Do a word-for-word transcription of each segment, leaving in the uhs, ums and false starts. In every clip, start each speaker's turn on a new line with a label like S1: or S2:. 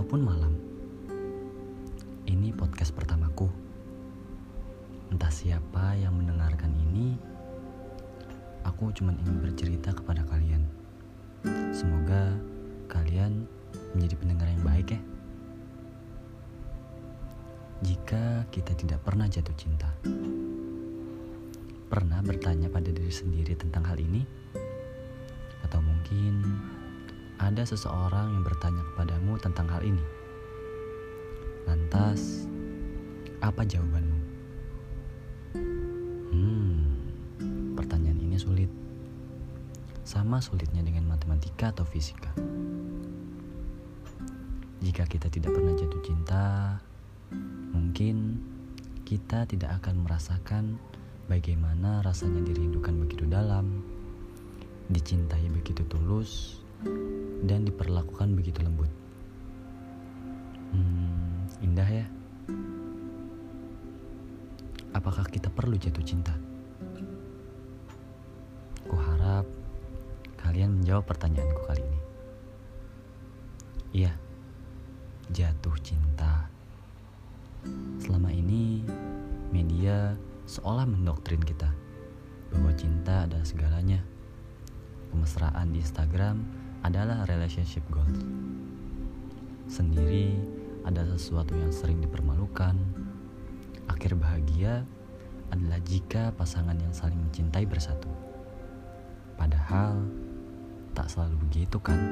S1: Walaupun malam, ini podcast pertamaku. Entah siapa yang mendengarkan ini, aku cuma ingin bercerita kepada kalian. Semoga kalian menjadi pendengar yang baik ya. Jika kita tidak pernah jatuh cinta, pernah bertanya pada diri sendiri tentang hal ini? Atau mungkin ada seseorang yang bertanya kepadamu tentang hal ini. Lantas, apa jawabanmu? Hmm, pertanyaan ini sulit. Sama sulitnya dengan matematika atau fisika. Jika kita tidak pernah jatuh cinta, mungkin kita tidak akan merasakan bagaimana rasanya dirindukan begitu dalam, dicintai begitu tulus, dan diperlakukan begitu lembut. Hmm, indah ya. Apakah kita perlu jatuh cinta? Kuharap kalian menjawab pertanyaanku kali ini. Iya, jatuh cinta. Selama ini media seolah mendoktrin kita bahwa cinta adalah segalanya. Kemesraan di Instagram adalah relationship goals. Sendiri adalah sesuatu yang sering dipermalukan. Akhir bahagia adalah jika pasangan yang saling mencintai bersatu. Padahal tak selalu begitu kan?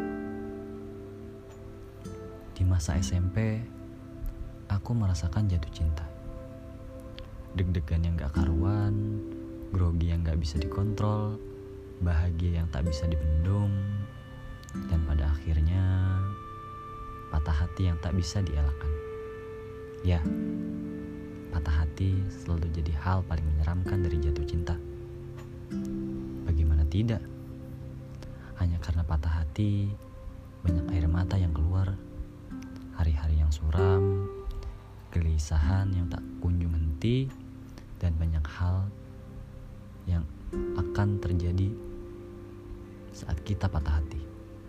S1: Di masa S M P, aku merasakan jatuh cinta. Deg-degan yang gak karuan, grogi yang gak bisa dikontrol, bahagia yang tak bisa dibendung, dan pada akhirnya patah hati yang tak bisa dielakkan. Ya, patah hati selalu jadi hal paling menyeramkan dari jatuh cinta. Bagaimana tidak? Hanya karena patah hati, banyak air mata yang keluar, hari-hari yang suram, kegelisahan yang tak kunjung henti, dan banyak hal yang akan terjadi saat kita patah hati.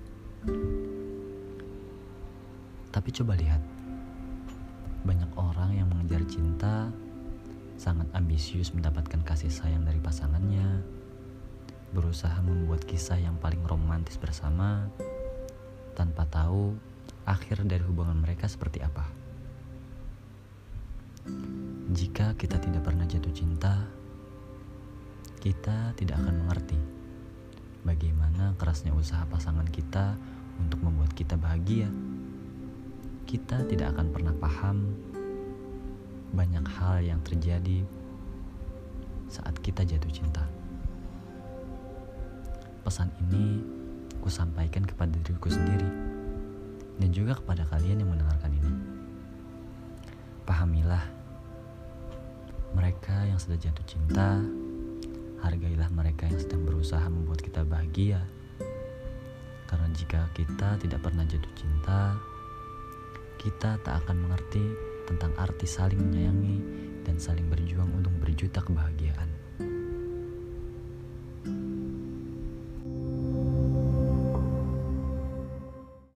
S1: Tapi coba lihat, banyak orang yang mengejar cinta, sangat ambisius mendapatkan kasih sayang dari pasangannya, berusaha membuat kisah yang paling romantis bersama, tanpa tahu akhir dari hubungan mereka seperti apa. Jika kita tidak pernah jatuh cinta, kita tidak akan mengerti bagaimana kerasnya usaha pasangan kita untuk membuat kita bahagia. Kita tidak akan pernah paham banyak hal yang terjadi saat kita jatuh cinta. Pesan ini kusampaikan kepada diriku sendiri dan juga kepada kalian yang mendengarkan ini. Pahamilah, mereka yang sudah jatuh cinta, hargailah mereka yang sedang berusaha membuat kita bahagia. Karena jika kita tidak pernah jatuh cinta, kita tak akan mengerti tentang arti saling menyayangi dan saling berjuang untuk berjuta kebahagiaan.